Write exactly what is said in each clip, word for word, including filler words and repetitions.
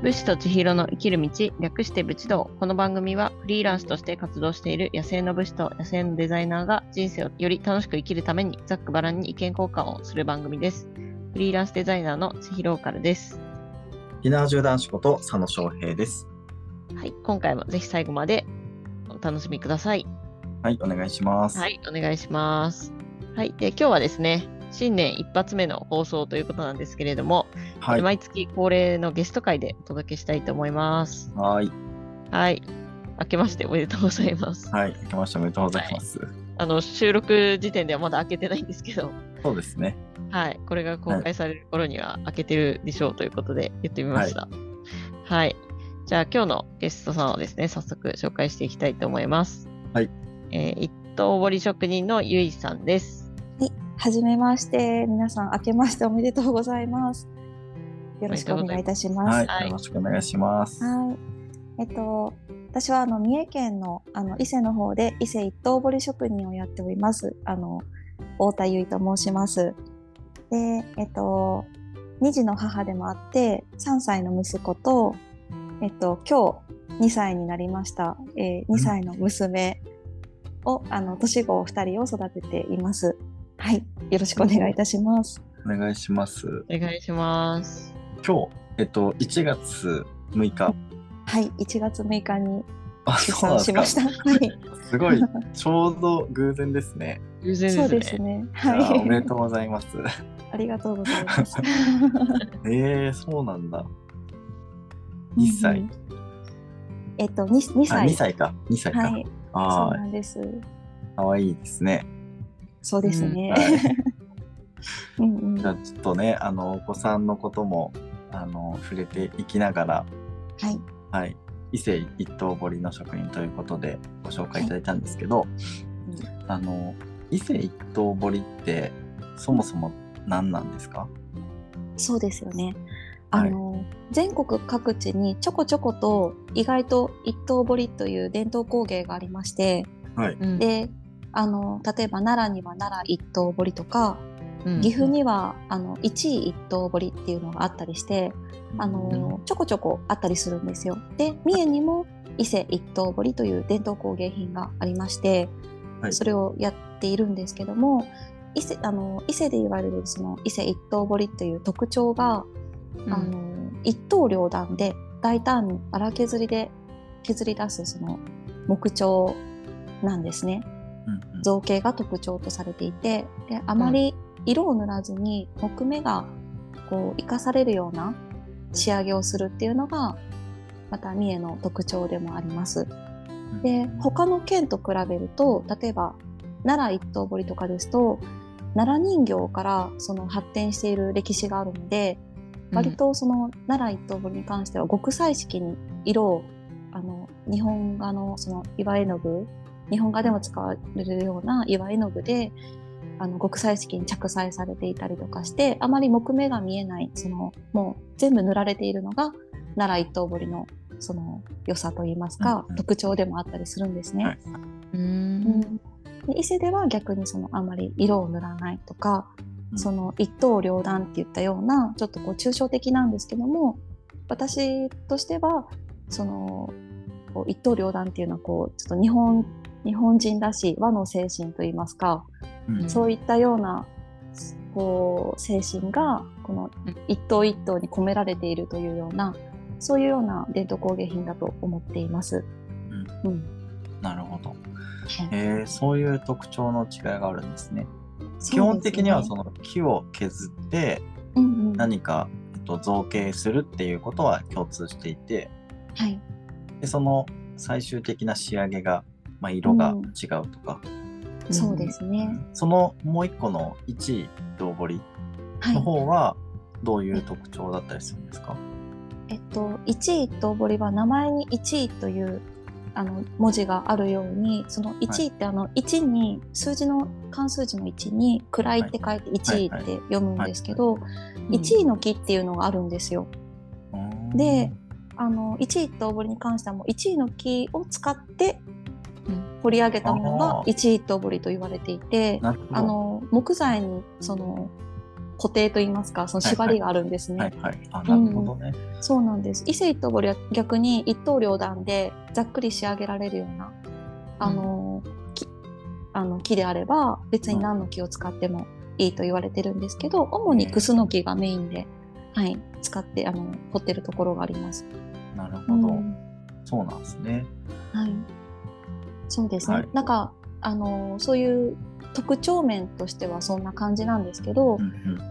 武士と千尋の生きる道、略して武士道。この番組はフリーランスとして活動している野生の武士と野生のデザイナーが人生をより楽しく生きるためにざっくばらんに意見交換をする番組です。フリーランスデザイナーの千尋オカルです。 沖縄縦断士こと佐野翔平です。 はい、今回もぜひ最後までお楽しみください。 はい、お願いします。 はい、お願いします。はい、で今日はですね、新年一発目の放送ということなんですけれども、はい、毎月恒例のゲスト会でお届けしたいと思います。 はい。 はい。明けましておめでとうございます。 はい、明けましておめでとうございます。はい、 あの収録時点ではまだ明けてないんですけど。 そうですね。 はい。これが公開される頃には明けてるでしょうということで言ってみました。はい。はい、じゃあ今日のゲストさんをですね、早速紹介していきたいと思います。 はい。 えー、一刀彫り職人のゆいさんです。 はい、はじめまして。皆さん明けましておめでとうございます。よろしくお願いいたします。 はい、よろしくお願いします。 はい。えっと私はあの三重県のあの伊勢の方で伊勢一刀彫り職人をやっております。あの太田由衣と申します。で、えっと二児の母でもあってさんさいの息子とえっと今日にさいになりました、えー、にさいの娘を、うん、あの年子ふたりを育てています。はい、よろしくお願いいたします。 お願いします。 お願いします。 今日、えっと、いちがつむいか。 はい、いちがつむいかに出産しました。はい。 すごい、ちょうど偶然ですね。 偶然ですね。 そうですね。はい。 おめでとうございます。 ありがとうございます。 えー、そうなんだ。いっさい。うん、 えっと、にさい。 にさいか。にさいか。 はい。あ、そうなんです。 かわいいですね。 そうですね。 うん、はい、じゃあちょっとね、あのお子さんのこともあの触れていきながら、 はい、 はい、伊勢一刀彫りの職人ということでご紹介いただいたんですけど、はい、あの伊勢一刀彫りってそもそも何なんですか？ そうですよね。あの、はい、全国各地にちょこちょこと意外と一刀彫りという伝統工芸がありまして、 はい、 であの例えば奈良には奈良一刀彫りとか、うん、岐阜にはあの一位一刀彫りっていうのがあったりして、うん、あのちょこちょこあったりするんですよ。で三重にも伊勢一刀彫りという伝統工芸品がありまして、はい、それをやっているんですけども、伊勢あの伊勢で言われるその伊勢一刀彫りという特徴が、うん、あの一刀両断で大胆に荒削りで削り出すその木彫なんですね。造形が特徴とされていて、であまり色を塗らずに木目がこう生かされるような仕上げをするっていうのがまた三重の特徴でもあります。で他の県と比べると、例えば奈良一刀彫りとかですと奈良人形からその発展している歴史があるので、割とその奈良一刀彫りに関しては極彩色に色をあの日本画のその岩絵の具日本画でも使われるような岩絵の具であの極彩色に着彩されていたりとかして、あまり木目が見えない、そのもう全部塗られているのが奈良一刀彫りのその良さといいますか、うん、特徴でもあったりするんですね。はい、 うーんうん、で伊勢では逆にそのあまり色を塗らないとか、うん、その一刀両断っていったようなちょっとこう抽象的なんですけども、私としてはそのこう一刀両断っていうのはこうちょっと日本日本人らしい和の精神といいますか、うん、そういったようなこう精神がこの一刀一刀に込められているというような、そういうような伝統工芸品だと思っています。 うんうん、なるほど、えー、そういう特徴の違いがあるんですね。基本的にはその木を削って何か、えっと、造形するっていうことは共通していて、 はい、 でその最終的な仕上げがまあ、色が違うとか、 うん、そうですね。 そのもう一個の一位一刀彫りの方はどういう特徴だったりするんですか？はい、 えっと、一位一刀彫りは名前に一位というあの文字があるように、その一位ってあのいちに数字の漢数字のいちに位って書いて一位って読むんですけど、一位の木っていうのがあるんですよ。うん、で、あの一位一刀彫りに関してはもう一位の木を使って彫り上げたものが一位一刀彫りと言われていて、あの木材にその固定といいますか、その縛りがあるんですね。 はいはい。はいはい、あ、なるほどね、 うん。そうなんです。伊勢一刀彫りは逆に一刀両断でざっくり仕上げられるようなあの、うん、木, あの木であれば別に何の木を使ってもいいと言われてるんですけど、うん、主にクスノキがメインで、はい、使ってあの彫ってるところがあります。 なるほど、うん、そうなんですね。 はい、そうですね、はい、なんかあのそういう特徴面としてはそんな感じなんですけど、うんうん、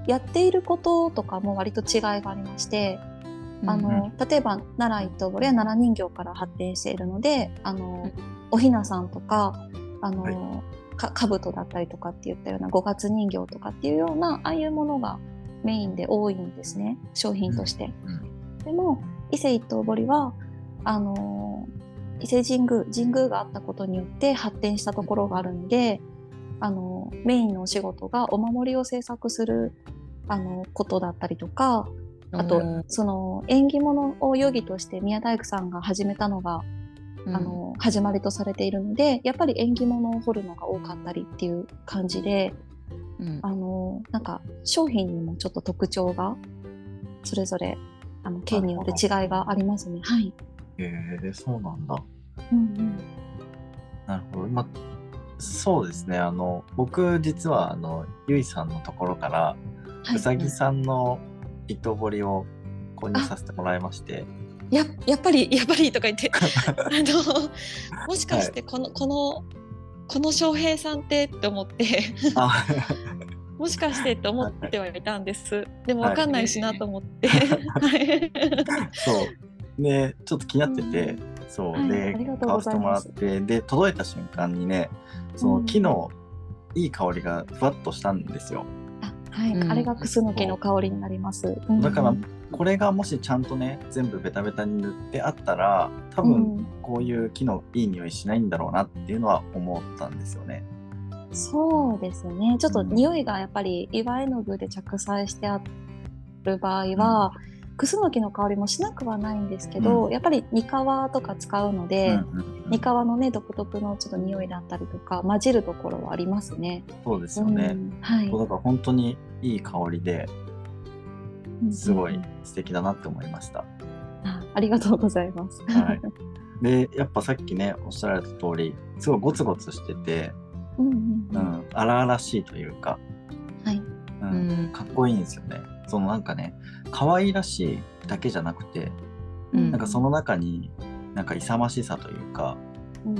やっていることとかも割と違いがありまして、あの、うんうん、例えば奈良一刀彫りは奈良人形から発展しているので、あの、うん、おひなさんとかあの、はい、か兜だったりとかっていったような五月人形とかっていうようなああいうものがメインで多いんですね、商品として、うんうん、でも伊勢一刀彫りはあの伊勢神宮神宮があったことによって発展したところがあるので、あのメインのお仕事がお守りを制作するあのことだったりとか、あと、うん、その縁起物を余儀として宮大工さんが始めたのが、うん、あの始まりとされているので、やっぱり縁起物を彫るのが多かったりっていう感じで、うん、あのなんか商品にもちょっと特徴がそれぞれあの県によって違いがありますね。はい。 へえ、そうなんだ。 うんうん、 なるほど。まあ、そうですね。あの僕実はあのゆいさんのところから、はい、うさぎさんの一刀彫りを購入させてもらいまして。 や, やっぱりやっぱりとか言ってあのもしかしてこの、はい、このこの翔平さんってって思ってあもしかしてって思ってはいたんです。でも分かんないしなと思って、はい、 そうね、ちょっと気になってて、うん、そうで、はい、買わせてもらって、で届いた瞬間にね、その木のいい香りがふわっとしたんですよ。 はい、うん、あれがクスノキの香りになります。 だからこれがもしちゃんとね全部ベタベタに塗ってあったら、多分こういう木のいい匂いしないんだろうなっていうのは思ったんですよね。 そうですね。ちょっと匂いがやっぱり岩絵の具で着彩してある場合は、うん、クスノキの香りもしなくはないんですけど、うん、やっぱりニカワとか使うので、うんうんうん、ニカワのね独特のちょっと匂いだったりとか混じるところはありますね。 そうですよね。うん、はい。だから本当にいい香りですごい素敵だなって思いました。 うん、あ, ありがとうございます。 はい。でやっぱさっきねおっしゃられた通り、すごいゴツゴツしてて、うんうんうん、荒々しいというか、 はい、 うん、かっこいいんですよね。そのなんかね可愛らしいだけじゃなくて、うん、なんかその中になんか勇ましさというか、うんうん、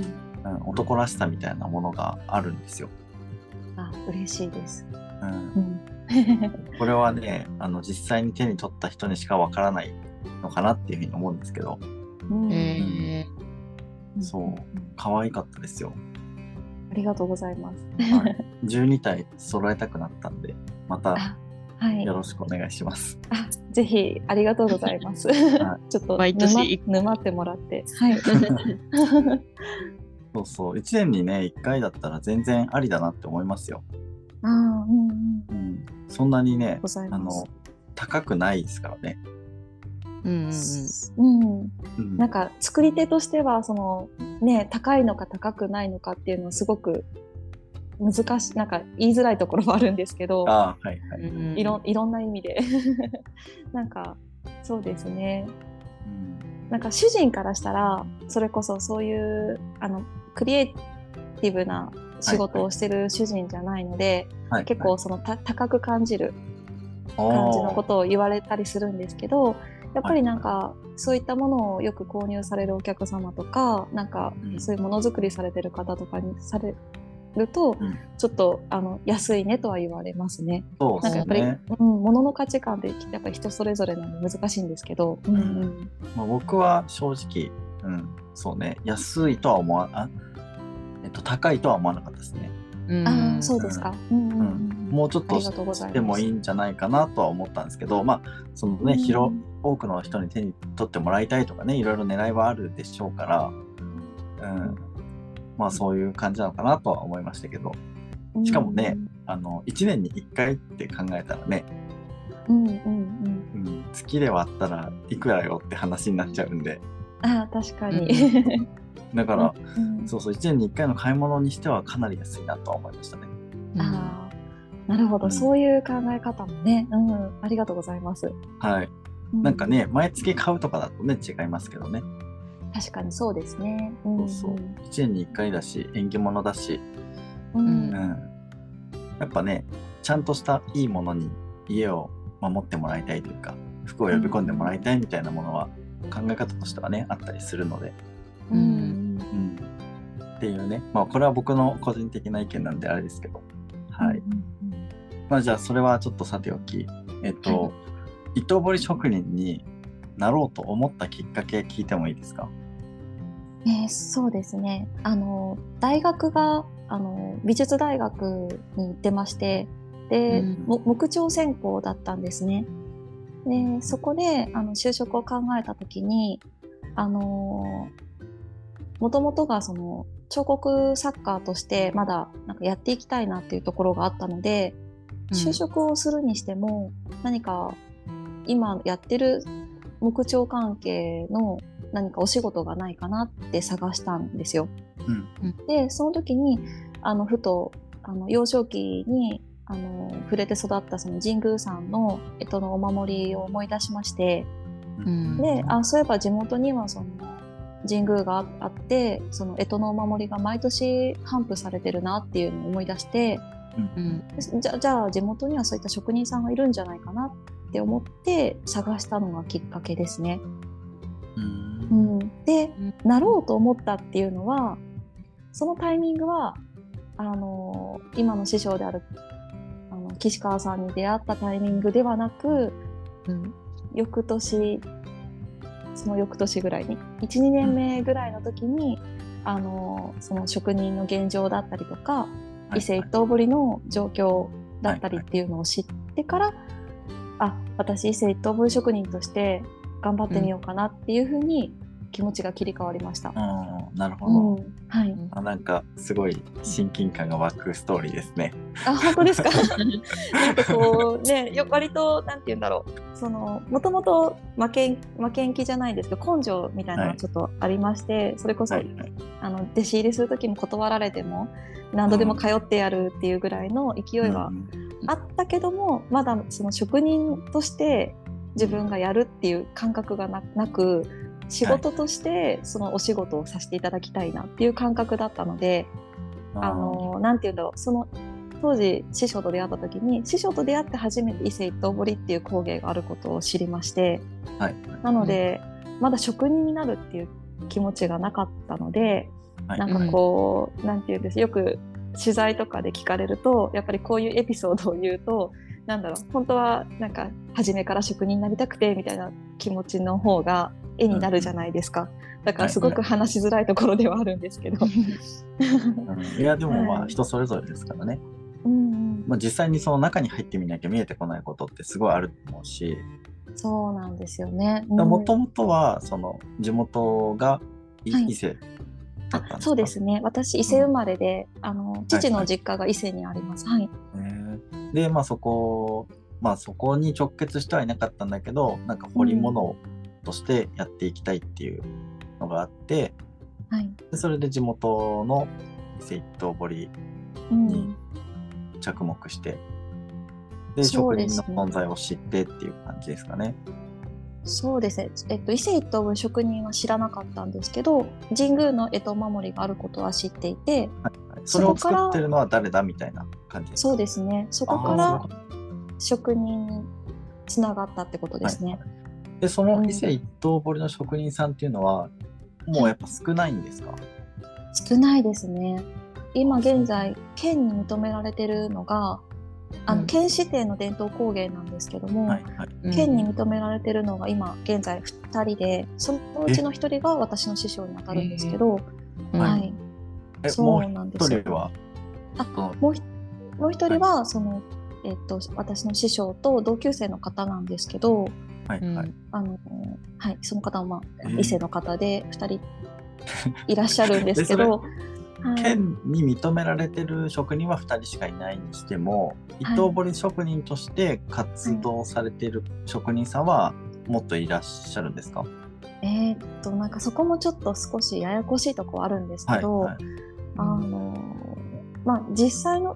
男らしさみたいなものがあるんですよ。 あ、嬉しいです。 うんうん、これはねあの実際に手に取った人にしかわからないのかなっていうふうに思うんですけど、うんへうん、そう可愛かったですよ。 ありがとうございます。 はい、じゅうにたい揃えたくなったんでまたよろしくお願いします。 はい、あぜひありがとうございます。はい、ちょっと毎年沼ってもらって、はい。 そうそういちねんにねいっかいだったら全然ありだなって思いますよ。 あ、うんうんうん、そんなにねあの高くないですからね。 うんうんうん、なんか作り手としてはその、ね、高いのか高くないのかっていうのはすごく難しい、なんか言いづらいところもあるんですけど、 あ、はいはい、 いろ、いろんな意味でなんかそうですね、うん、なんか主人からしたらそれこそそういうあのクリエイティブな仕事をしてる主人じゃないので、はいはい、結構そのた高く感じる感じのことを言われたりするんですけど、やっぱりなんかそういったものをよく購入されるお客様とか、なんかそういうものづくりされてる方とかにされると、うん、ちょっとあの安いねとは言われますね。 そうですね。 なんかやっぱり、うん、物の価値観ってやっぱり人それぞれなので難しいんですけど、うんうんまあ、僕は正直、うん、そうね、安いとは思わあ、えっと、高いとは思わなかったですね。 うん、あ、そうですか。うんうんうん、 もうちょっとしてもいいんじゃないかなとは思ったんですけど、まあそのね、広多くの人に手に取ってもらいたいとかね、いろいろ狙いはあるでしょうから、うん、まあそういう感じなのかなとは思いましたけど、しかもね、あのいちねんにいっかいって考えたらね、 うんうんうんうん、月で割ったらいくらよって話になっちゃうんで、 あ、確かに、 うん、だから、うん、そうそういちねんにいっかいの買い物にしてはかなり安いなとは思いましたね。 あ、 なるほど、 うん、 そういう考え方もね、うん、ありがとうございます。 はい、うん、なんかね毎月買うとかだとね違いますけどね。 確かにそうですね。 そうそう、いちねんにいっかいだし縁起物だし、 うんうん、 やっぱねちゃんとしたいいものに家を守ってもらいたいというか服を呼び込んでもらいたいみたいなものは考え方としてはねあったりするので、 うんうんうん、っていうね、まあこれは僕の個人的な意見なんであれですけど、はい、うんうんうん、まあじゃあそれはちょっとさておき、えっと、はい、糸彫り職人になろうと思ったきっかけ聞いてもいいですか？ えー、そうですね、あの大学があの美術大学に行ってまして、で、うん、木彫専攻だったんですね。でそこであの就職を考えた時にあのもともとがその彫刻作家としてまだなんかやっていきたいなっていうところがあったので、うん、就職をするにしても何か今やってる木彫関係の何かお仕事がないかなって探したんですよ。うん、でその時にあのふとあの幼少期にあの触れて育ったその神宮山の干支のお守りを思い出しまして、うん、であそういえば地元にはその神宮があってその干支のお守りが毎年頒布されてるなっていうのを思い出して、うん、じゃ, じゃあ地元にはそういった職人さんがいるんじゃないかなって思って探したのがきっかけですね。うんうん、で、なろうと思ったっていうのはそのタイミングはあの今の師匠であるあの岸川さんに出会ったタイミングではなく、うん、翌年その翌年ぐらいに いちにねんめぐらいの時に、うん、あのその職人の現状だったりとか、はい、伊勢一刀彫りの状況だったりっていうのを知ってから、はいはい、あ私伊勢一刀彫り職人として頑張ってみようかなっていうふうに気持ちが切り替わりました。 うん、なるほど、うんはい、あなんかすごい親近感が湧くストーリーですね。 あ本当ですか？なんかこうね割となんて言うんだろうそのもともと負け負けん気じゃないですけど根性みたいなのがちょっとありまして、はい、それこそ、はいはい、あの弟子入りする時も断られても何度でも通ってやるっていうぐらいの勢いはあったけども、うん、まだその職人として自分がやるっていう感覚が な, なく仕事としてそのお仕事をさせていただきたいなっていう感覚だったので、はい、あのなんていうんだろうその当時師匠と出会った時に師匠と出会って初めて伊勢一刀彫りっていう工芸があることを知りまして、はい、なので、うん、まだ職人になるっていう気持ちがなかったので、はい、なんかこう、うん、なんていうんですよく取材とかで聞かれるとやっぱりこういうエピソードを言うとなんだろう本当はなんか初めから職人になりたくてみたいな気持ちの方が絵になるじゃないですか、うん、だからすごく話しづらいところではあるんですけど、はいうん、いやでもまあ人それぞれですからね、うんうんまあ、実際にその中に入ってみなきゃ見えてこないことってすごいあると思うしそうなんですよね。 もともとはその地元が伊勢、はいあそうですね私伊勢生まれで、うん、あの父の実家が伊勢にあります。はい、 はいはい、でまあそこまあそこに直結してはいなかったんだけどなんか彫り物としてやっていきたいっていうのがあって、うんはい、でそれで地元の伊勢一刀彫りに着目して、うん、で職人の存在を知ってっていう感じですかね。 そうですね、えっと、伊勢一刀彫り職人は知らなかったんですけど神宮の干支守りがあることは知っていて、はいはい、 それを作ってるのは誰だみたいな感じですか？そうですねそこから職人につながったってことですね、はいはい、 でその伊勢一刀彫りの職人さんっていうのは、うん、もうやっぱ少ないんですか？ 少ないですね。今現在県に認められてるのがあの県指定の伝統工芸なんですけども、はいはい、県に認められてるのが今現在ふたりでそのうちのひとりが私の師匠にあたるんですけど、 はいはい、えそうなんですよ。もうひとりはあもうひもう一人はその、えっと、私の師匠と同級生の方なんですけど、はいはいあのはい、その方は、まあ、伊勢の方でふたりいらっしゃるんですけど県に認められてる職人はふたりしかいないにしても、はい、一刀彫り職人として活動されている職人さんはもっといらっしゃるんですか？はい、 えー、っとなんかそこもちょっと少しややこしいところあるんですけど、はいはい、あのまあ、実際の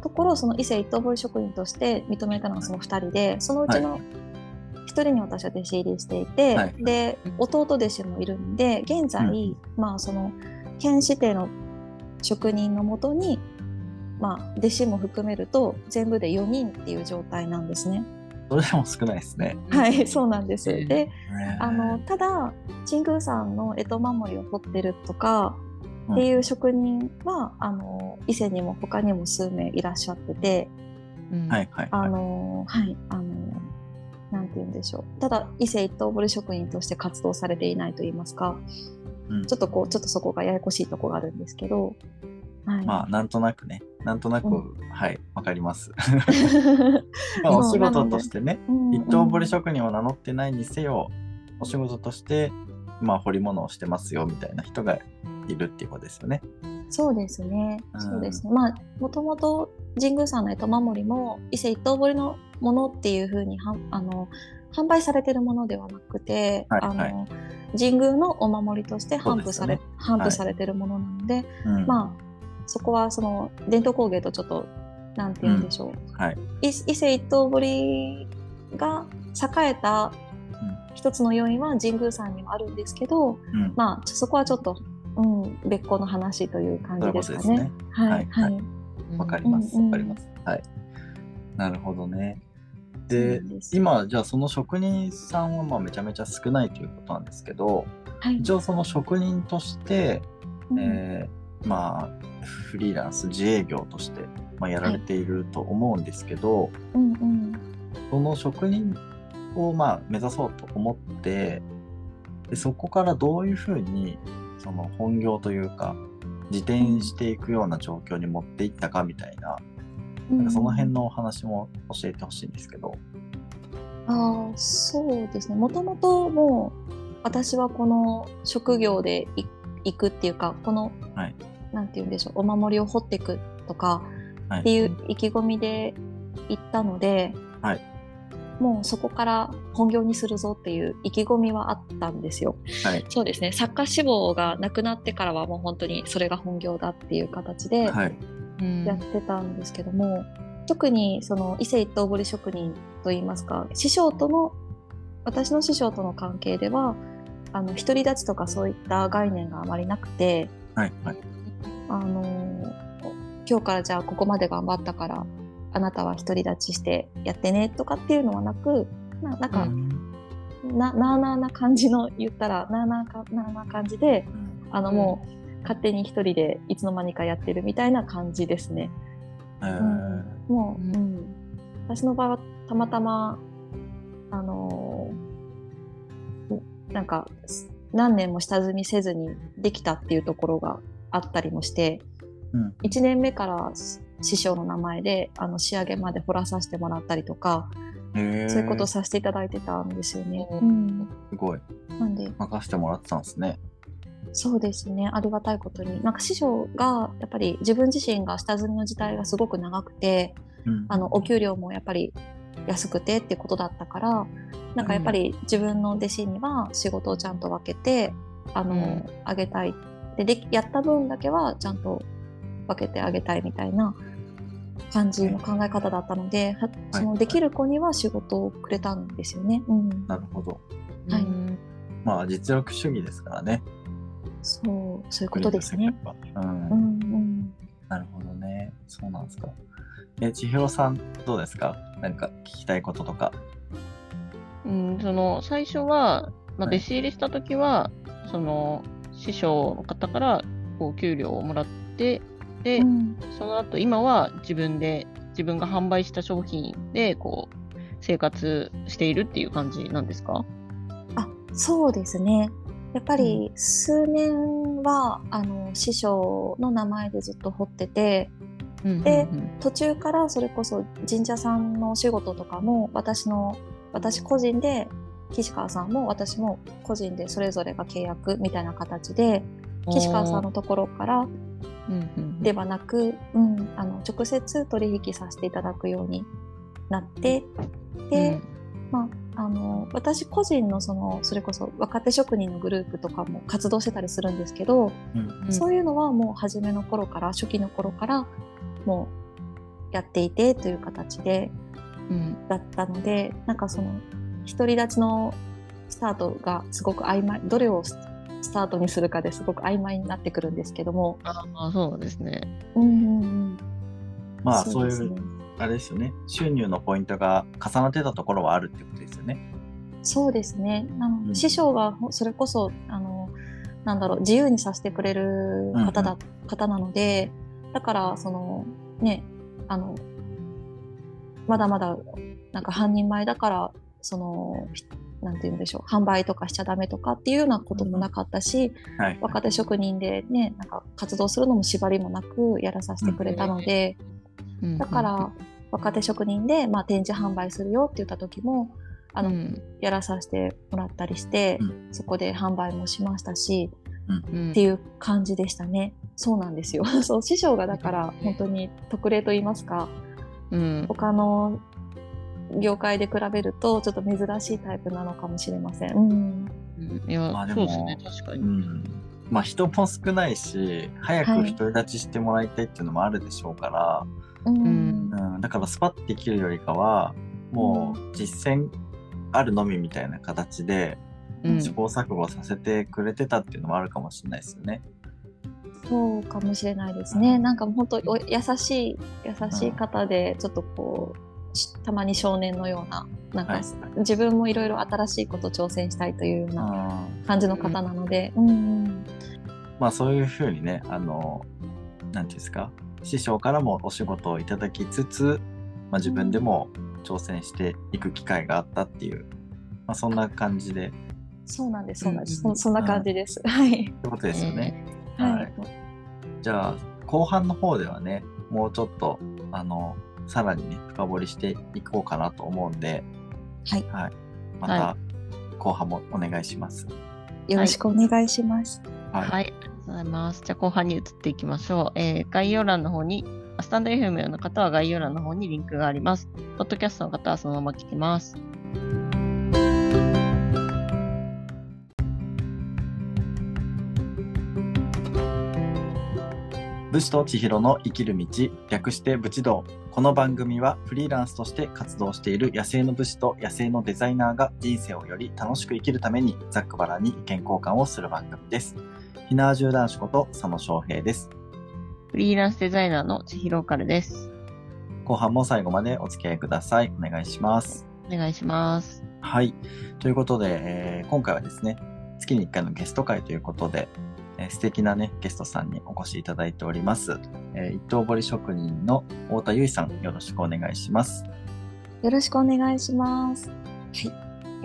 ところその伊勢一刀彫り職人として認めたのはそのふたりで、そのうちのひとりに私は弟子入りしていて、はい、で弟弟子もいるんで現在、うん、まあその県指定の職人のもとに、まあ、弟子も含めると全部でよにんっていう状態なんですね。 それでも少ないですね。 はい、そうなんです。で、あのただ神宮山の干支守りを彫ってるとかっていう職人は、うん、あの伊勢にも他にも数名いらっしゃってて、 はいはいはい、 あのはいあのなんて言うんでしょう。ただ伊勢一刀彫り職人として活動されていないと言いますか、うん、ちょっとこうちょっとそこがややこしいところがあるんですけど、 はい、まあなんとなくね、なんとなく、うん、はいわかります。まあ、お仕事としてね、一刀彫り職人を名乗ってないにせよ、お仕事としてまあ彫り物をしてますよみたいな人がいるっていうことですよね。 そうですね。うん、そうですね。まあもともと神宮山の干支守りも伊勢一刀彫りのものっていう風にはあの販売されてるものではなくて、はいはい、あの神宮のお守りとして販布され、ね、販布されてるものなので、はい、うん、まあそこはその伝統工芸とちょっとなんて言うんでしょう、うんはい、伊勢一刀彫りが栄えた一つの要因は神宮山にもあるんですけど、うん、まあそこはちょっと、うん、別個の話という感じですかね。 そういうことですね。はいはい。わかりますわかります。はい。なるほどね。で今じゃあその職人さんはまあめちゃめちゃ少ないということなんですけど、はい、一応その職人として、うんえー、まあフリーランス自営業として、まあ、やられていると思うんですけど、はいうんうん、その職人をまあ目指そうと思ってでそこからどういうふうにその本業というか自転していくような状況に持っていったかみたいな、なんかその辺のお話も教えてほしいんですけど。 ああ、そうですね。もともともう私はこの職業でいくっていうか、この、はい、なんて言うんでしょう、お守りを彫っていくとかっていう意気込みで行ったので、はい、もうそこから本業にするぞっていう意気込みはあったんですよ。はい、そうですね。作家志望がなくなってからはもう本当にそれが本業だっていう形で、はいやってたんですけども、特にその伊勢一刀彫り職人といいますか、師匠との私の師匠との関係ではあの独り立ちとかそういった概念があまりなくて、はいはい、あの今日からじゃあここまで頑張ったからあなたは独り立ちしてやってねとかっていうのはなく、な, なんか、うん、な, なあなあな感じの言ったらなあなあかなあなあ感じで、うん、あのもう、うん勝手に一人でいつの間にかやってるみたいな感じですね。えーうん、もう、うん、私の場合はたまたまあのー、なんか何年も下積みせずにできたっていうところがあったりもして、うん、いちねんめから師匠の名前であの仕上げまで彫らさせてもらったりとか、えー、そういうことをさせていただいてたんですよね。うん、 すごい。なんで任せてもらってたんですね。 そうですね、ありがたいことになんか師匠がやっぱり自分自身が下積みの時代がすごく長くて、うん、あのお給料もやっぱり安くてっていうことだったからなんかやっぱり自分の弟子には仕事をちゃんと分けてあの、うん、あげたいででやった分だけはちゃんと分けてあげたいみたいな感じの考え方だったので、はい、そのできる子には仕事をくれたんですよね。うん、 なるほど、 はい、 まあ実力主義ですからね。 そう、そういうことですね。 うんうんうん、なるほどね。そうなんですか。え、千尋さんどうですか？何か聞きたいこととか。 うん、その最初は、まあ、弟子入りした時は、はい、その師匠の方からこう給料をもらってで、うん、その後今は自分で自分が販売した商品でこう生活しているっていう感じなんですか？ あ、そうですね。やっぱり数年は、うん、あの師匠の名前でずっと彫ってて、うんうんうん、で途中からそれこそ神社さんのお仕事とかも私の私個人で岸川さんも私も個人でそれぞれが契約みたいな形で岸川さんのところからではなく、うんうん、あの直接取引させていただくようになってで、うんまあ、あの私個人の、 そのそれこそ若手職人のグループとかも活動してたりするんですけど、うんうん、そういうのはもう初めの頃から初期の頃からもうやっていてという形で、うん、だったので、なんかその独り立ちのスタートがすごく曖昧、どれをスタートにするかですごく曖昧になってくるんですけども。 ああ、そうですね。 うんうんうん。 まあそういう、あれですよね。収入のポイントが重なってたところはあるってことですよね。 そうですね。あの、うん、師匠がそれこそあのなんだろう、自由にさせてくれる方だ、うんうん、方なので、だからそのね、あのまだまだなんか半人前だからそのなんて言うんでしょう、販売とかしちゃダメとかっていうようなこともなかったし、うんはい、若手職人でね、なんか活動するのも縛りもなくやらさせてくれたので、うん、だから若手職人で、まあ、展示販売するよって言った時もあの、うん、やらさせてもらったりして、うん、そこで販売もしましたし、うん、っていう感じでしたね。そうなんですよ。そう、師匠がだから本当に特例と言いますか、うん、他の業界で比べるとちょっと珍しいタイプなのかもしれません。うん、 いや、まあ、でもそうですね、確かに。うん、 まあ人も少ないし、早く独り立ちしてもらいたいっていうのもあるでしょうから、はい、うんうん、だからスパッて切るよりかはもう実践あるのみみたいな形で試行錯誤させてくれてたっていうのもあるかもしれないですよね。 そうかもしれないですね。うん、なんか本当優しい優しい方で、ちょっとこうたまに少年のような、なんか、はい、自分もいろいろ新しいことを挑戦したいというような感じの方なので、うんうん、 まあそういうふうにね、あのなんていうんですか、師匠からもお仕事をいただきつつ、まあ、自分でも挑戦していく機会があったっていう、まあ、そんな感じで。 そうなんです、そうなんです、うん、そ, そんな感じです。はい。 ってことですよね。 うん、はい、 はい。じゃあ後半の方ではね、もうちょっとあのさらにね深掘りしていこうかなと思うんで、 はい。 はい、また後半もお願いします。 はい、よろしくお願いします。 はい。はい、ありがとうございます。じゃあ後半に移っていきましょう。えー、概要欄の方にスタンド エフエム の方は概要欄の方にリンクがあります。ポッドキャストの方はそのまま聞きます。 武士と千尋の生きる道、略して武士道。この番組はフリーランスとして活動している野生の武士と野生のデザイナーが人生をより楽しく生きるためにざっくばらんに意見交換をする番組です。ひなわじゅう男子こと佐野翔平です。 フリーランスデザイナーの千尋カルです。 後半も最後までお付き合いください。お願いします。 お願いします。 はい。ということで、えー、今回はですね、月にいっかいのゲスト会ということで、えー、素敵なね、ゲストさんにお越しいただいております。えー、一刀彫り職人の太田由衣さん、よろしくお願いします。 よろしくお願いします。はい。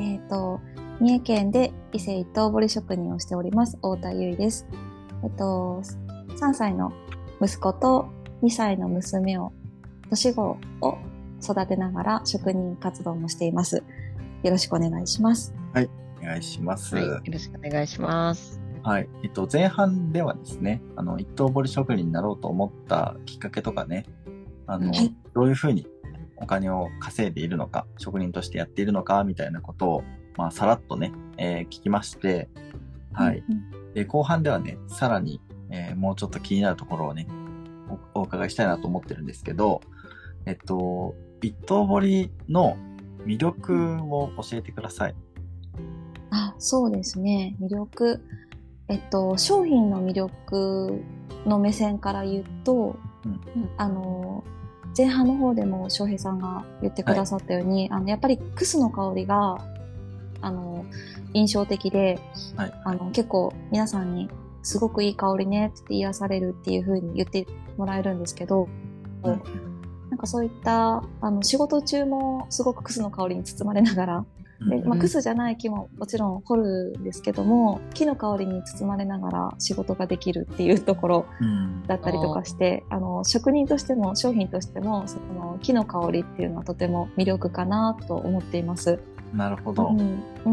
えっと、三重県で伊勢一刀彫り職人をしております、太田由衣です。えっと、さんさいの息子とにさいの娘を、年子を育てながら職人活動もしています。よろしくお願いします。 はい、お願いします。 はい、よろしくお願いします。 はい、えっと、前半ではですね、あの、一刀彫り職人になろうと思ったきっかけとかね、あの、はい、どういうふうにお金を稼いでいるのか、職人としてやっているのか、みたいなことを、まあ、さらっとね、えー、聞きまして、はい、うんうん。で、後半ではね、さらに、えー、もうちょっと気になるところをね、お、お伺いしたいなと思ってるんですけど、えっと、一刀彫りの魅力を教えてください。 あ、そうですね。魅力。えっと、商品の魅力の目線から言うと、うん、あの、前半の方でも翔平さんが言ってくださったように、はい、あの、やっぱりクスの香りが、あの、印象的で、はい、あの、結構皆さんにすごくいい香りねって癒されるっていう風に言ってもらえるんですけど、うん、なんかそういったあの仕事中もすごくクスの香りに包まれながら、でまあ、クスじゃない木ももちろん掘るんですけども、木の香りに包まれながら仕事ができるっていうところだったりとかして、うん、あの職人としても商品としてもその木の香りっていうのはとても魅力かなと思っています。 なるほど、うんうん、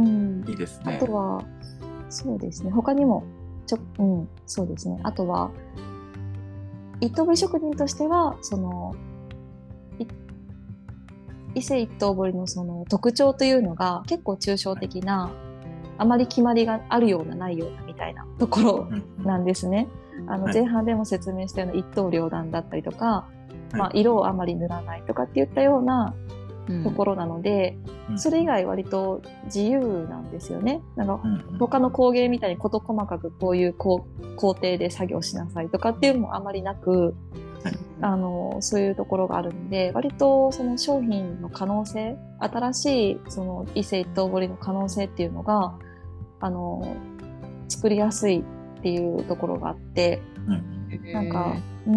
いいですね。 あとはそうですね、他にもちょ、うん、そうですね、あとは一刀彫り職人としてはその伊勢一刀彫りのその特徴というのが結構抽象的な、はい、あまり決まりがあるようなないようなみたいなところなんですね。うんうん、あの前半でも説明したような一刀両断だったりとか、 まあ、色をあまり塗らないとかっていったようなところなので、うん、それ以外割と自由なんですよね。なんか他の工芸みたいに事細かくこういう工程で作業しなさいとかっていうのもあまりなく、あのそういうところがあるので、割とその商品の可能性、新しいその伊勢一刀彫りの可能性っていうのがあの作りやすいっていうところがあって、うん、なんか、うん、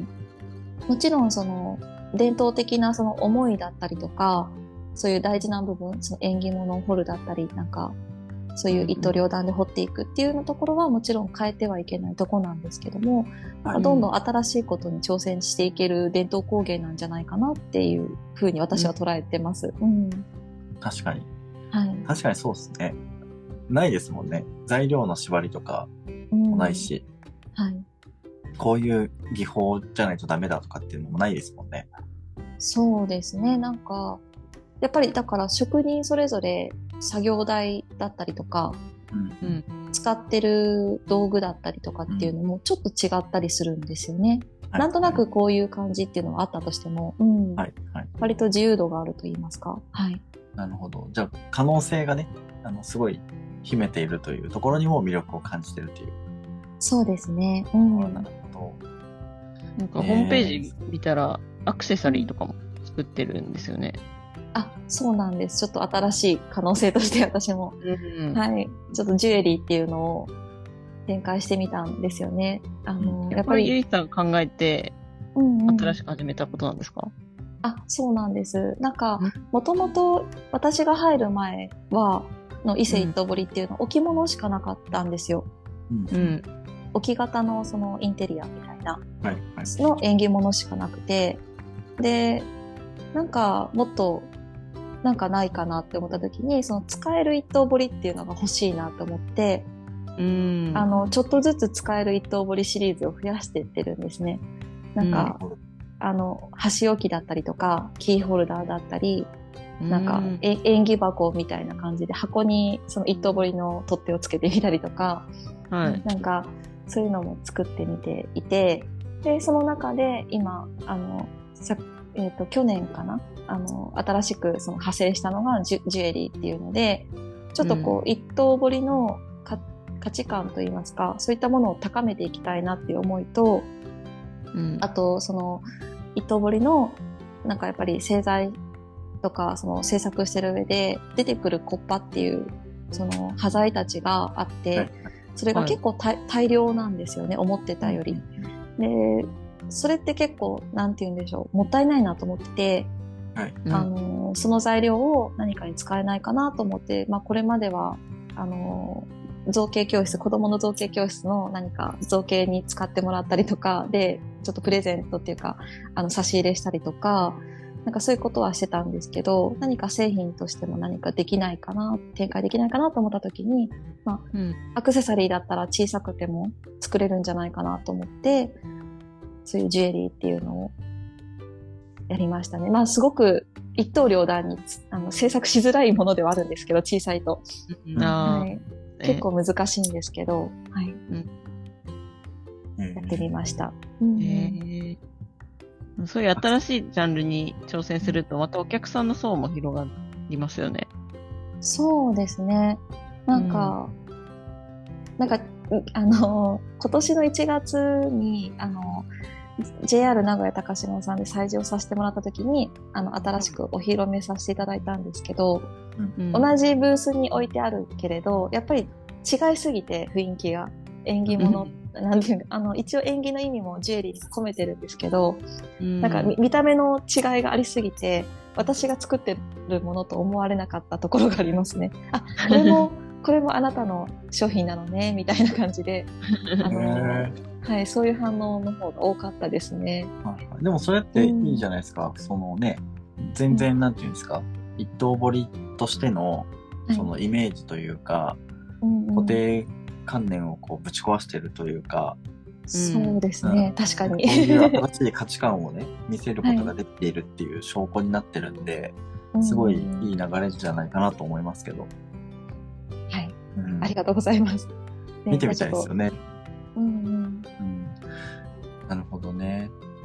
もちろんその伝統的なその思いだったりとか、そういう大事な部分、その縁起物を彫るだったり、なんかそういう一刀両断で彫っていくっていうのところはもちろん変えてはいけないところなんですけども、なんかどんどん新しいことに挑戦していける伝統工芸なんじゃないかなっていうふうに私は捉えてます。うん、 確かに、 はい、 確かにそうですね。ないですもんね。材料の縛りとかもないし、 うん、はい、 こういう技法じゃないとダメだとかっていうのもないですもんね。 そうですね。なんかやっぱりだから職人それぞれ作業台だったりとか、うん、使ってる道具だったりとかっていうのもちょっと違ったりするんですよね。はい、なんとなくこういう感じっていうのはあったとしても、うんはいはい、割と自由度があると言いますか。はい。 なるほど。じゃあ可能性がね、あのすごい秘めているというところにも魅力を感じているという。 そうですね。うん、 なるほど。 なんかホームページ見たら、アクセサリーとかも作ってるんですよね。 あ、そうなんです。ちょっと新しい可能性として私も、うん、はい、ちょっとジュエリーっていうのを展開してみたんですよね。あの、 やっぱりゆいさん考えて、うんうん、新しく始めたことなんですか？ あ、そうなんです。なんか、もともと私が入る前は、の伊勢一刀彫りっていうの、うん、置物しかなかったんですよ。うん、置き型のそのインテリアみたいなの縁起物しかなくて、で、なんかもっとなんかないかなって思った時に、その使える一刀彫りっていうのが欲しいなと思って、うんあのちょっとずつ使える一刀彫りシリーズを増やしていってるんですね。なんか、うん、あの箸置きだったりとかキーホルダーだったり、なんかえ縁起箱みたいな感じで箱にその一刀彫りの取っ手をつけてみたりとか、はい、なんかそういうのも作ってみていて、でその中で今あのさ、えーと、去年かな、あの新しくその派生したのがジ ュ, ジュエリーっていうので、ちょっとこう、うん、一刀彫りのか価値観といいますか、そういったものを高めていきたいなっていう思いと、うん、あとその一刀彫りのなんかやっぱり製材とかその制作してる上で出てくるコッパっていうその端材たちがあって、はい、それが結構、はい、大量なんですよね、思ってたより。でそれって結構なんて言うんでしょう、もったいないなと思ってて、はい、あのその材料を何かに使えないかなと思って、まあ、これまではあの造形教室、子供の造形教室の何か造形に使ってもらったりとかで、ちょっとプレゼントっていうかあの差し入れしたりとか、なんかそういうことはしてたんですけど、何か製品としても何かできないかな、展開できないかなと思った時に、まあうん、アクセサリーだったら小さくても作れるんじゃないかなと思って、そういうジュエリーっていうのをやりましたね。まあすごく一刀両断にあの制作しづらいものではあるんですけど、小さいと、うんはい、結構難しいんですけど、はい、うん、やってみました。うんえー、そういう新しいジャンルに挑戦するとまたお客さんの層も広がりますよね。 そうですね。なんか、うん、なんかあの今年のいちがつにあのジェイアール 名古屋高島さんで催事をさせてもらった時にあの新しくお披露目させていただいたんですけど、うん、同じブースに置いてあるけれどやっぱり違いすぎて雰囲気が縁起物、うん、なんていうあの一応縁起の意味もジュエリーに込めてるんですけど、うん、なんか見た目の違いがありすぎて私が作ってるものと思われなかったところがありますね。あ、これもこれもあなたの商品なのねみたいな感じであのはい、そういう反応の方が多かったですね。 でもそれっていいじゃないですか。うん、そのね、全然なんていうんですか、うん、一刀彫りとしてのそのイメージというか、はい、固定観念をこうぶち壊してるというか、 うん、そうですね、うん、確かに。 こういう新しい価値観をね見せることができているっていう証拠になってるんで、はい、すごいいい流れじゃないかなと思いますけど。 はい、うん、ありがとうございます。 見てみたいですよね。 うんうんうん、なるほどね。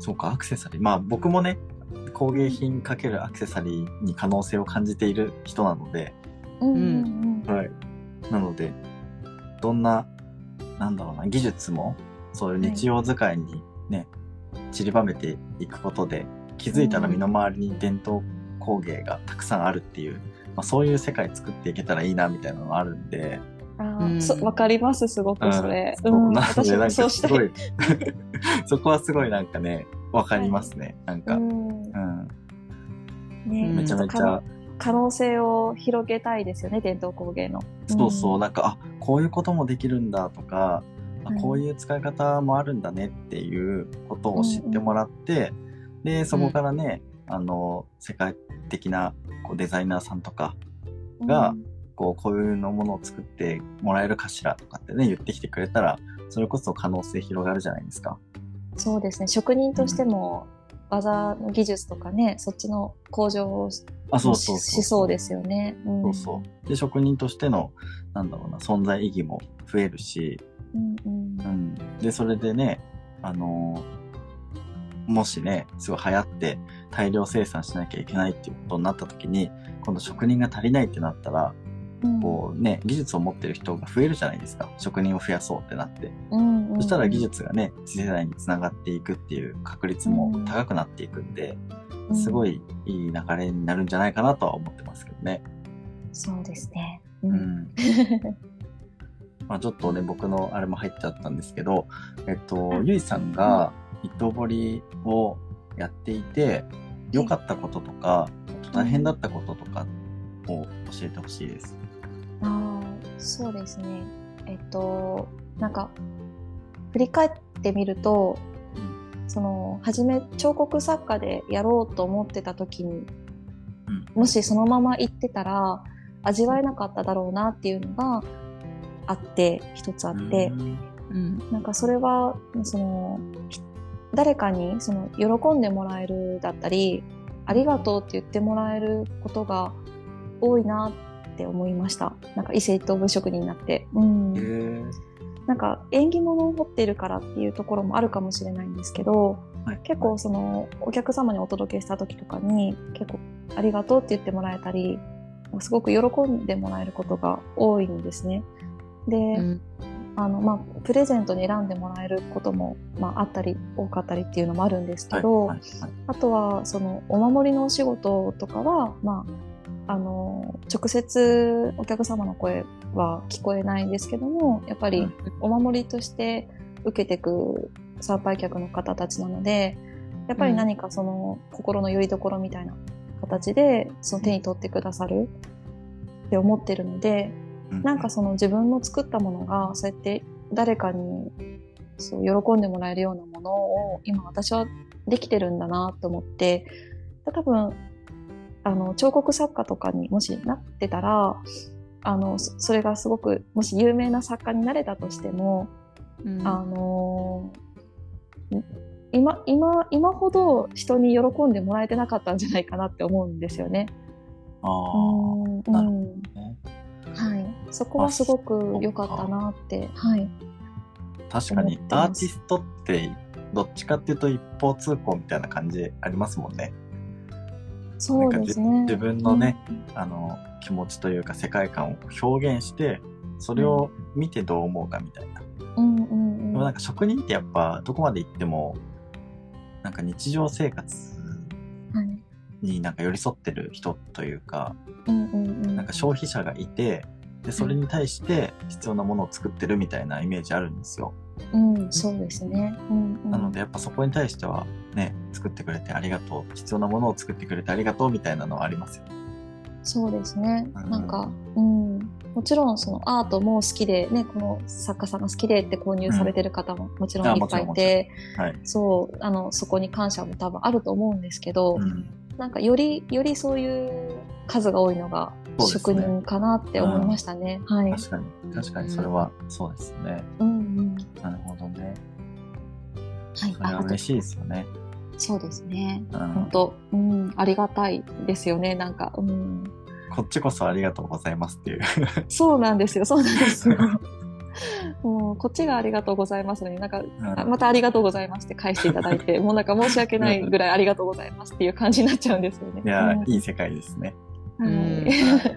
そうか、アクセサリー。まあ僕もね、工芸品かけるアクセサリーに可能性を感じている人なので、 うんうんうん、 はい。なので、どんな、なんだろうな、技術も、そういう日常使いにね、はい、散りばめていくことで、気づいたら身の回りに伝統工芸がたくさんあるっていう、まあ、そういう世界作っていけたらいいなみたいなのがあるんで。 あ、うん、そわかります、すごくそれ。 うん、そう、なのでなんかすごい、そこはすごいなんかね、わかりますね、はい、なんか。うん。うんね、 めちゃめちゃ。 可能性を広げたいですよね、伝統工芸の。 そうそう、うん、なんか、あ、こういうこともできるんだとか、あ、こういう使い方もあるんだねっていうことを知ってもらって、うんうん、で、そこからね、うん、あの、世界的なこうデザイナーさんとかが、うん、こう、こういうのものを作ってもらえるかしらとかってね、言ってきてくれたら、それこそ可能性広がるじゃないですか。 そうですね、職人としても、うん、技の技術とかね、そっちの向上をしそうですよね。 うん、そうそう。で、職人としての、なんだろうな、存在意義も増えるし、うんうんうん、で、それでね、あのー、もしね、すごい流行って大量生産しなきゃいけないっていうことになった時に、今度職人が足りないってなったら、うん、こうね、技術を持ってる人が増えるじゃないですか。職人を増やそうってなって。うんうんうん、そしたら技術がね、次世代につながっていくっていう確率も高くなっていくんで、うん、すごいいい流れになるんじゃないかなとは思ってますけどね。 そうですね。うん。うんまあちょっとね、僕のあれも入っちゃったんですけど、えっと、ゆいさんが糸彫りをやっていて、良かったこととか、大変だったこととかを教えてほしいです。 ああ、そうですね。えっと、なんか、振り返ってみると、うん、その、初め彫刻作家でやろうと思ってた時に、うん、もしそのまま行ってたら、味わえなかっただろうなっていうのがあって、一つあって、うん、なんかそれは、その、誰かにその喜んでもらえるだったり、ありがとうって言ってもらえることが多いなって思いました。なんか異性一部職人になって。うん、へー、なんか縁起物を彫っているからっていうところもあるかもしれないんですけど、はい、結構そのお客様にお届けした時とかに結構ありがとうって言ってもらえたり、すごく喜んでもらえることが多いんですね。で、うん、あのまあプレゼントに選んでもらえることも、まあ、あったり多かったりっていうのもあるんですけど、はいはいはい、あとはそのお守りのお仕事とかは、まあ、あの直接お客様の声は聞こえないんですけども、やっぱりお守りとして受けていく参拝客の方たちなので、やっぱり何かその心の拠り所みたいな形でその手に取ってくださるって思ってるので、なんかその自分の作ったものがそうやって誰かにそう喜んでもらえるようなものを今私はできてるんだなと思って、多分あの彫刻作家とかにもしなってたら、あのそれがすごくもし有名な作家になれたとしても、うん、あの今今今ほど人に喜んでもらえてなかったんじゃないかなって思うんですよね。ああ、うん、なるほどね。はい、そこはすごく良かったなって、はい。 確かにアーティストってどっちかっていうと一方通行みたいな感じありますもんね。 そうですね。 自分のね、うん、あの気持ちというか世界観を表現してそれを見てどう思うかみたいな。うんうんうん、でもなんか職人ってやっぱどこまで行ってもなんか日常生活になんか寄り添ってる人というか、うんうんうん、なんか消費者がいてでそれに対して必要なものを作ってるみたいなイメージあるんですよ。 うん、そうですね。うんうん、 なのでやっぱそこに対してはね、作ってくれてありがとう、必要なものを作ってくれてありがとうみたいなのはありますよ。 そうですね。うん、なんか、うん、もちろんそのアートも好きでね、この作家さんが好きでって購入されてる方ももちろんいっぱいいて、うん、はい、そうあのそこに感謝も多分あると思うんですけど、うん、なんかよりよりそういう数が多いのが職人かなって思いましたね。うん、はい。 確かに確かにそれはそうですね。うんうん。なるほどね。はい。それは嬉しいですよね。 そうですね。うん、本当、うん、ありがたいですよね。なんか、うん。 こっちこそありがとうございますっていう。 そうなんですよ。そうなんですよ。 もうこっちがありがとうございますのになんか、うん、またありがとうございますって返していただいてもうなんか申し訳ないぐらいありがとうございますっていう感じになっちゃうんですよね。 いや、 うん、 いい世界ですね。 はい、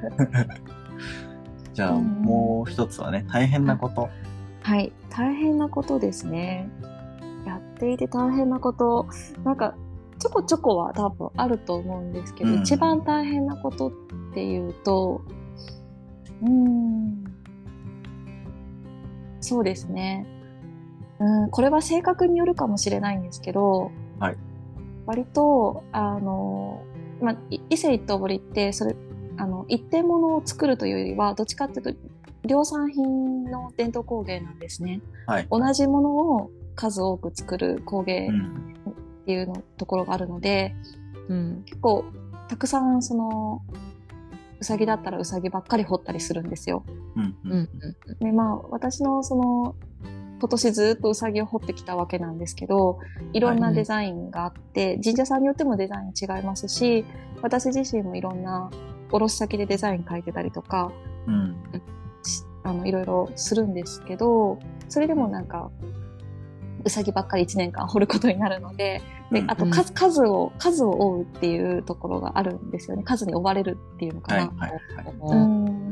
じゃあ、うん、もう一つはね、大変なこと。 はい、大変なことですね。やっていて大変なこと、なんかちょこちょこは多分あると思うんですけど、うん、一番大変なことっていうと、うーん、そうですね。うん、これは性格によるかもしれないんですけど、 はい、 割と、あの、まあ、伊勢一刀彫りって、それ、あの、一点物を作るというよりは、どっちかっていうと、量産品の伝統工芸なんですね。 はい、 同じものを数多く作る工芸っていうの、うん、ところがあるので、うん、結構、たくさん、その、うさぎだったらうさぎばっかり彫ったりするんですよ。 うんうん、 で、まあ、私のその、今年ずっとうさぎを彫ってきたわけなんですけど、いろんなデザインがあって、はい、神社さんによってもデザイン違いますし、私自身もいろんな卸先でデザイン描いてたりとか、 うん、 あの、いろいろするんですけど、それでもなんか、うさぎばっかりいちねんかん彫ることになるので、で、あと数、数を、数を追うっていうところがあるんですよね。数に追われるっていうのかな。 はいはいはい、 うん。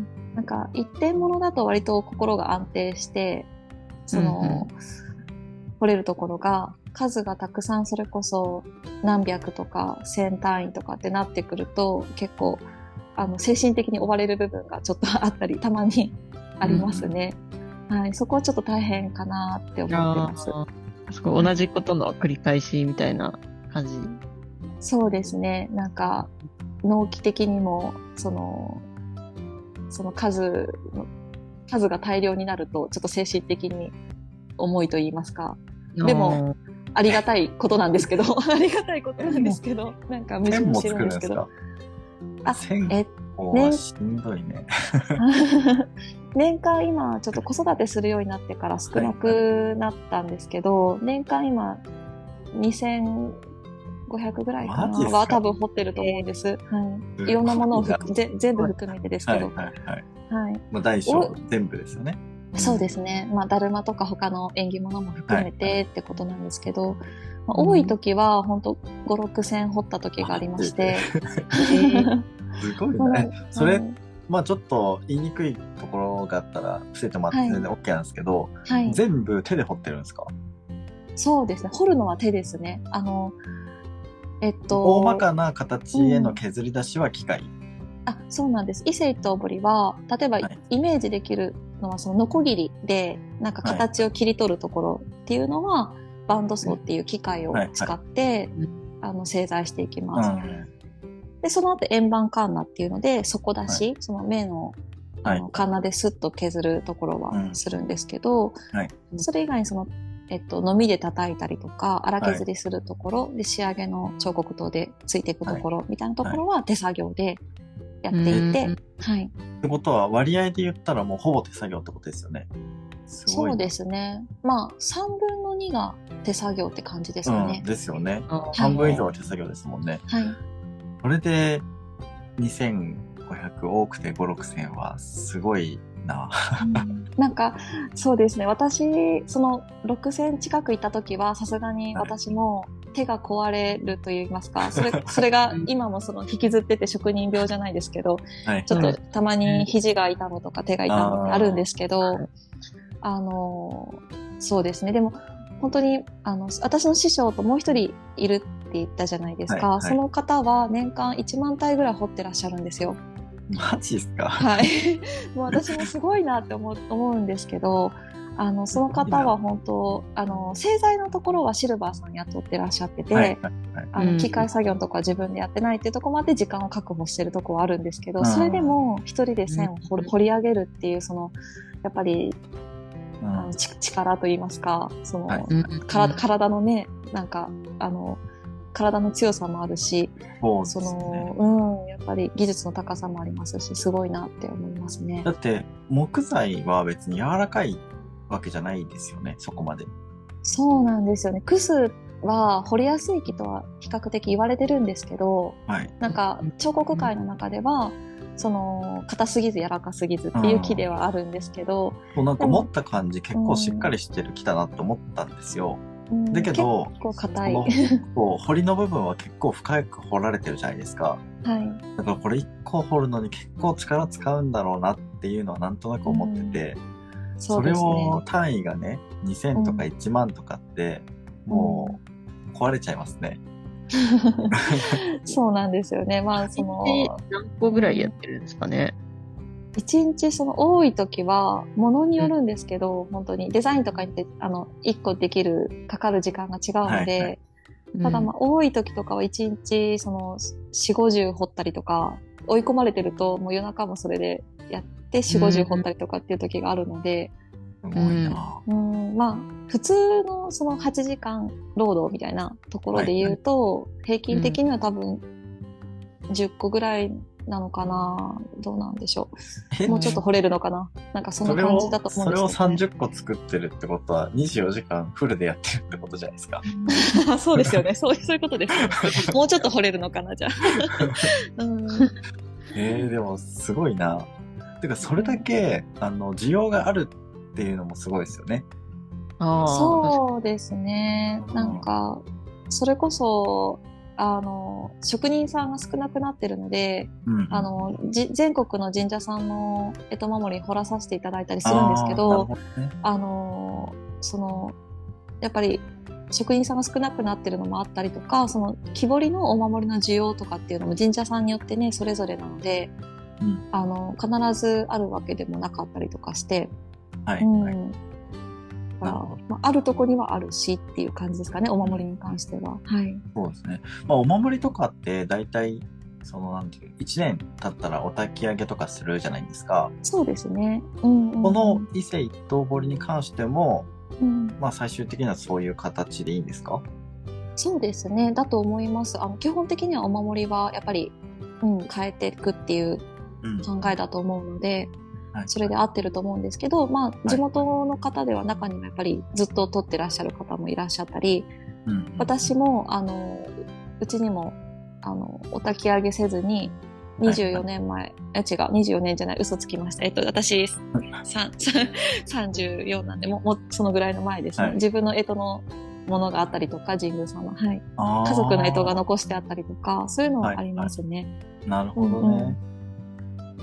なんか、一点物だと割と心が安定して、その、うんうん、掘れるところが、数がたくさんそれこそ何百とか千単位とかってなってくると、結構、あの、精神的に追われる部分がちょっとあったり、たまにありますね。うん、はい。そこはちょっと大変かなって思ってます。 すごい同じことの繰り返しみたいな感じ。 そうですね。なんか、納期的にも、その、その数の、数が大量になると、ちょっと精神的に重いと言いますか。でも、ありがたいことなんですけど、ありがたいことなんですけど、なんか矛盾してるんですけど。 あ、え、ね、しんどいね。 年間今、ちょっと子育てするようになってから少なくなったんですけど、はい、年間今、にせんごひゃくぐらいかなは多分掘ってると思うんです。えー、はい。いろんなものをぜ全部含めてですけど。 はいはいはい。 はい。 まあ、大小全部ですよね。 そうですね。まあ、だるまとか他の縁起物も含めてってことなんですけど、はい、まあ、多い時は本当ご、ろくせん掘った時がありまして。 すごいね。それ、まあちょっと言いにくいところがあったら伏せてもらって全然 OK なんですけど、はいはい、全部手で彫ってるんですか？ そうですね。彫るのは手ですね。あの、えっと。 大まかな形への削り出しは機械？うん、 あ、そうなんです。伊勢一刀彫りは、例えばイメージできるのはそのノコギリでなんか形を切り取るところっていうのは、はい、バンドソーっていう機械を使って、はいはい、あの製材していきます。うん、で、その後円盤カンナっていうので底出し、はい、その目のあの、はい、カンナでスッと削るところはするんですけど、うんはい、それ以外にそのえっと、のみで叩いたりとか、荒削りするところ、はい、で、仕上げの彫刻刀でついていくところ、はい、みたいなところは手作業でやっていて、はい。 ってことは、割合で言ったらもうほぼ手作業ってことですよね。 すごい。そうですね。まあ、さんぶんのにが手作業って感じですかね。 うん、ですよね。半分以上は手作業ですもんね。 はい。 これでにせんごひゃく多くてご、ろくせんはすごいな。 なんか、そうですね。私、そのろくせん近く行った時は、さすがに私も手が壊れると言いますか、それ、それが今もその引きずってて職人病じゃないですけど、はい、ちょっとたまに肘が痛むとか手が痛むってあるんですけど、あ, あの、そうですね。でも、本当に、あの、私の師匠ともう一人いるって言ったじゃないですか。はいはい、その方は年間いちまん体ぐらい彫ってらっしゃるんですよ。 マジですか？ はい。もう私もすごいなって思う、思うんですけど、あの、その方は本当、あの、製材のところはシルバーさん雇ってらっしゃってて、はいはいはい、あの、機械作業のとこは自分でやってないっていうところまで時間を確保してるところはあるんですけど、それでも一人で線を掘り、掘り上げるっていう、その、やっぱり、あの力といいますか、その、はい、から体のね、なんか、あの、体の強さもあるし、 そうですね、 その、うん、やっぱり技術の高さもありますし、すごいなって思いますね。 だって、木材は別に柔らかいわけじゃないですよね、そこまで。 そうなんですよね。クスは掘りやすい木とは比較的言われてるんですけど、はい、なんか彫刻界の中では、 その硬すぎず柔らかすぎずっていう木ではあるんですけど、 うん、なんか持った感じ結構しっかりしてる木だなって思ったんですよ。うん、だけど結構硬いこう彫りの部分は結構深く彫られてるじゃないですか。 はい。 だからこれいっこ彫るのに結構力使うんだろうなっていうのはなんとなく思ってて、うん、それを単位がねにせんとかいちまんとかって、うん、もう壊れちゃいますね。 そうなんですよね。まあその何個ぐらいやってるんですかね。 一日その多い時はものによるんですけど、うん、本当にデザインとかにってあのいっこできるかかる時間が違うので、はいはい、ただまあ多い時とかは一日そのよんじゅうごじゅう掘ったりとか、追い込まれてるともう夜中もそれでやってよんじゅうごじゅう掘ったりとかっていう時があるので、 すごいな。 うん、まあ普通のそのはちじかん労働みたいなところで言うと、はい、平均的には多分じゅっこぐらいなのかな、どうなんでしょう。もうちょっと掘れるのかな。なんかそんな感じだと思うんですけど、ね、 それをさんじゅっこ作ってるってことはにじゅうよじかんフルでやってるってことじゃないですか。 そうですよね。そうそういうことですよね。もうちょっと掘れるのかな、じゃあ。うん、 えー、でもすごいな。てかそれだけあの需要があるっていうのもすごいですよね。 あ、そうですね。なんかそれこそあの職人さんが少なくなってるので、うんうん、あのじ全国の神社さんの干支守り掘らさせていただいたりするんですけど、あ、ね、あのそのやっぱり職人さんが少なくなってるのもあったりとか、その木彫りのお守りの需要とかっていうのも神社さんによってねそれぞれなので、うん、あの必ずあるわけでもなかったりとかして、 はい、うんはい、 あ, まあ、あるとこにはあるしっていう感じですかね、お守りに関しては。はい。 そうですね。まあ、お守りとかって大体そのなんていういちねん経ったらお焚き上げとかするじゃないですか。 そうですね。うんうん、 この伊勢一刀彫りに関しても、 うん、 まあ最終的にはそういう形でいいんですか？ そうですね。だと思います。あの基本的にはお守りはやっぱり、うん、変えていくっていう考えだと思うので。うんはい、それで合ってると思うんですけど、まあ、地元の方では中にもやっぱりずっと撮ってらっしゃる方もいらっしゃったり、はい、私もあのうちにもあのお焚き上げせずににじゅうよねんまえ、はい、え違うにじゅうよねんじゃない、嘘つきました。えっと私さんじゅうよんなんでももうそのぐらいの前ですね、はい、自分の干支のものがあったりとか神宮さんの、はい、家族の干支が残してあったりとかそういうのはありますね。 はいはい、なるほどね。うんうん、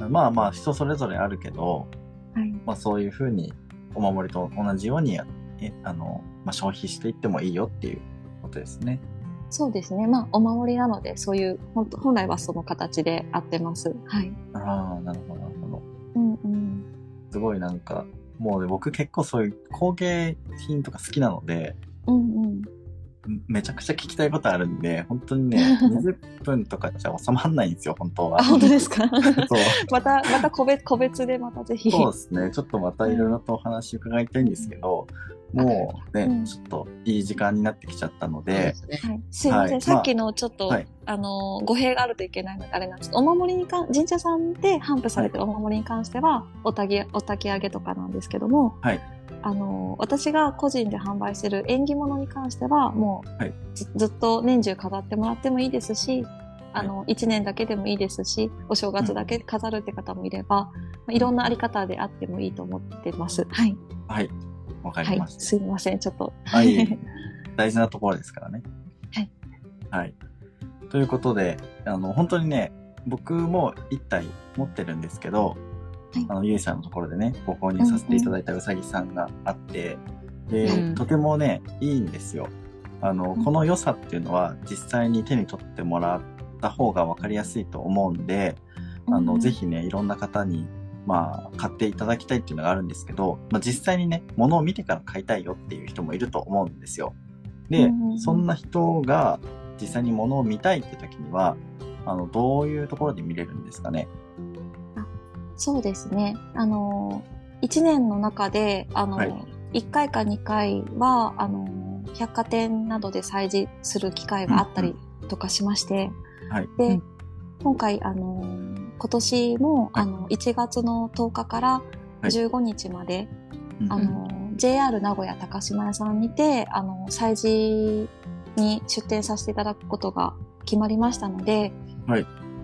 まあまあ人それぞれあるけど、はい、まあそういうふうにお守りと同じようにえあの、まあ、消費していってもいいよっていうことですね。 そうですね。まあお守りなのでそういう本本来はその形で合ってます。はい。 ああ、なるほどなるほど。 うんうん。 すごいなんかもう、ね、僕結構そういう工芸品とか好きなので。 うんうん。 めちゃくちゃ聞きたいことあるんで、本当にね、にじゅっぷんとかじゃ収まらないんですよ、本当は。 あ、本当ですか？そう。また、また個別、個別でまたぜひ。 そうですね。ちょっとまたいろいろとお話伺いたいんですけど、うん、もうね、うん、ちょっといい時間になってきちゃったので。はい、 すいません、はい、さっきのちょっと、まあ、あの、語弊があるといけないのであれなんですけど、お守りに関、神社さんで頒布されてるお守りに関しては、おたぎ、お焚き上げとかなんですけども、 はい。 あの私が個人で販売してる縁起物に関してはもう、はい、ず, ずっと年中飾ってもらってもいいですし、あの、はい、いちねんだけでもいいですし、お正月だけ飾るって方もいれば、うん、いろんなあり方であってもいいと思ってます。はい。 はい。わかりました。 はい、すいません、ちょっと。 はい。大事なところですからね。 はい。 はい。ということで、あの本当にね、僕も一体持ってるんですけど。あのゆいさんのところでねご購入させていただいたうさぎさんがあって、うんうん、で、うん、とてもねいいんですよ。あの、うん、この良さっていうのは実際に手に取ってもらった方が分かりやすいと思うんで、あの、うん、ぜひねいろんな方にまあ買っていただきたいっていうのがあるんですけど、まあ、実際にね物を見てから買いたいよっていう人もいると思うんですよ。で、うん、そんな人が実際に物を見たいって時にはあのどういうところで見れるんですかね？ そうですね。あの、いちねんの中で、あの、はい、いっかいかにかいは、あの、百貨店などで催事する機会があったりとかしまして、 うんはい、 で、うん、今回、あの、今年も、はい、あの、いちがつのとおかからじゅうごにちまで、はいあの、うん、ジェイアール 名古屋高島屋さんにて、あの、催事に出店させていただくことが決まりましたので、 はいあ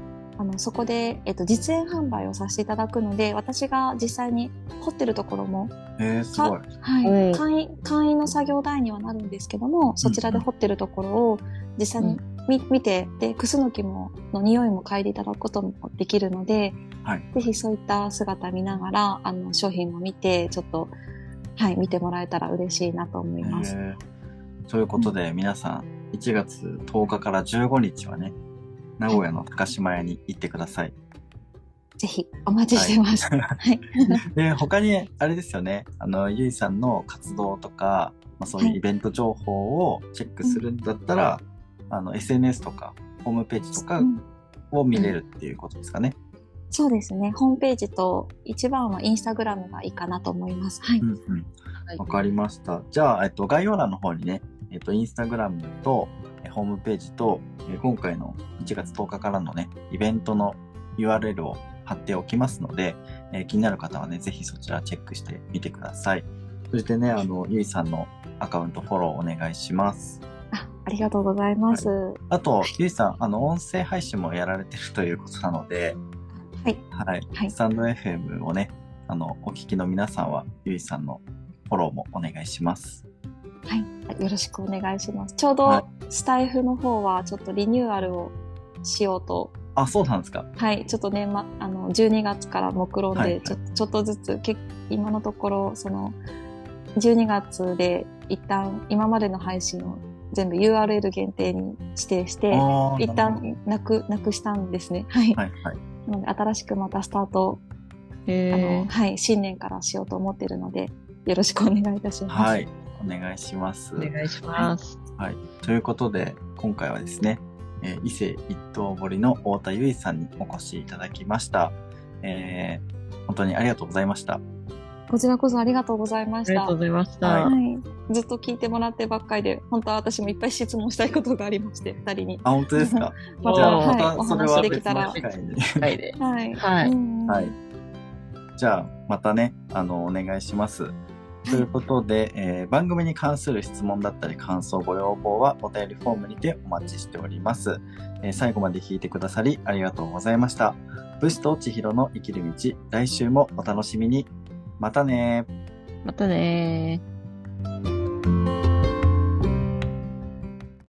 あのそこで、えっと、実演販売をさせていただくので、私が実際に彫ってるところも、 えー、すごい。 はい、簡易、簡易の作業台にはなるんですけども、そちらで彫ってるところを実際に見、うん、見て、で、クスノキもの匂いも嗅いでいただくこともできるので、はい、ぜひそういった姿見ながら、あの、商品も見て、ちょっと、はい、見てもらえたら嬉しいなと思います。 えー、ということで、うん、皆さん、いちがつとおかからじゅうごにちはね、名古屋の高島屋に行ってください。 ぜひお待ちしてます。はい。はい、 で、他にあれですよね。あの、ゆいさんの活動とか、まあ、そういうイベント情報をチェックするんだったら、はい、あの エスエヌエス とかホームページとかを見れるっていうことですかね。 うんうん、そうですね。ホームページと一番はインスタグラムがいいかなと思います。はい。うんうん。 わかりました。じゃあ、えっと、概要欄の方にね、えっと、インスタグラムとホームページと、今回のいちがつとおかからのね、イベントの ユーアールエル を貼っておきますので、えー、気になる方はね、ぜひそちらチェックしてみてください。そしてね、あの、ゆいさんのアカウントフォローお願いします。 あ、ありがとうございます。はい、 あと、ゆいさん、あの、音声配信もやられてるということなので、 はい。 はい。はい、スタンド エフエム をね、あの、お聞きの皆さんは、ゆいさんのフォローもお願いします。 はい。よろしくお願いします。ちょうど、スタイフの方は、ちょっとリニューアルをしようと。 あ、そうなんですか。 はい。ちょっとね、ま、あの、じゅうにがつから目論んで、はいはい、ちょ、ちょっとずつ、け今のところ、その、じゅうにがつで一旦、今までの配信を全部 ユーアールエル 限定に指定して、一旦なく、なくしたんですね。はい。はいはい。なので、新しくまたスタート、あの、はい、新年からしようと思っているので、よろしくお願いいたします。 はい。お願いします。 お願いします。 はい。ということで、今回はですね、えー、伊勢一刀彫りの太田由衣さんにお越しいただきました。えー、本当にありがとうございました。 こちらこそありがとうございました。 ありがとうございました。 はい。ずっと聞いてもらってばっかりで、本当は私もいっぱい質問したいことがありまして、二人に。 あ、本当ですか。 また、はい、お話できたら。 はい。 はい。 はい。 はい。じゃあ、またね、あの、お願いします。ということで、えー、番組に関する質問だったり感想ご要望はお便りフォームにてお待ちしております。えー、最後まで聞いてくださりありがとうございました。武士と千尋の生きる道、来週もお楽しみに。またねー。 またねー。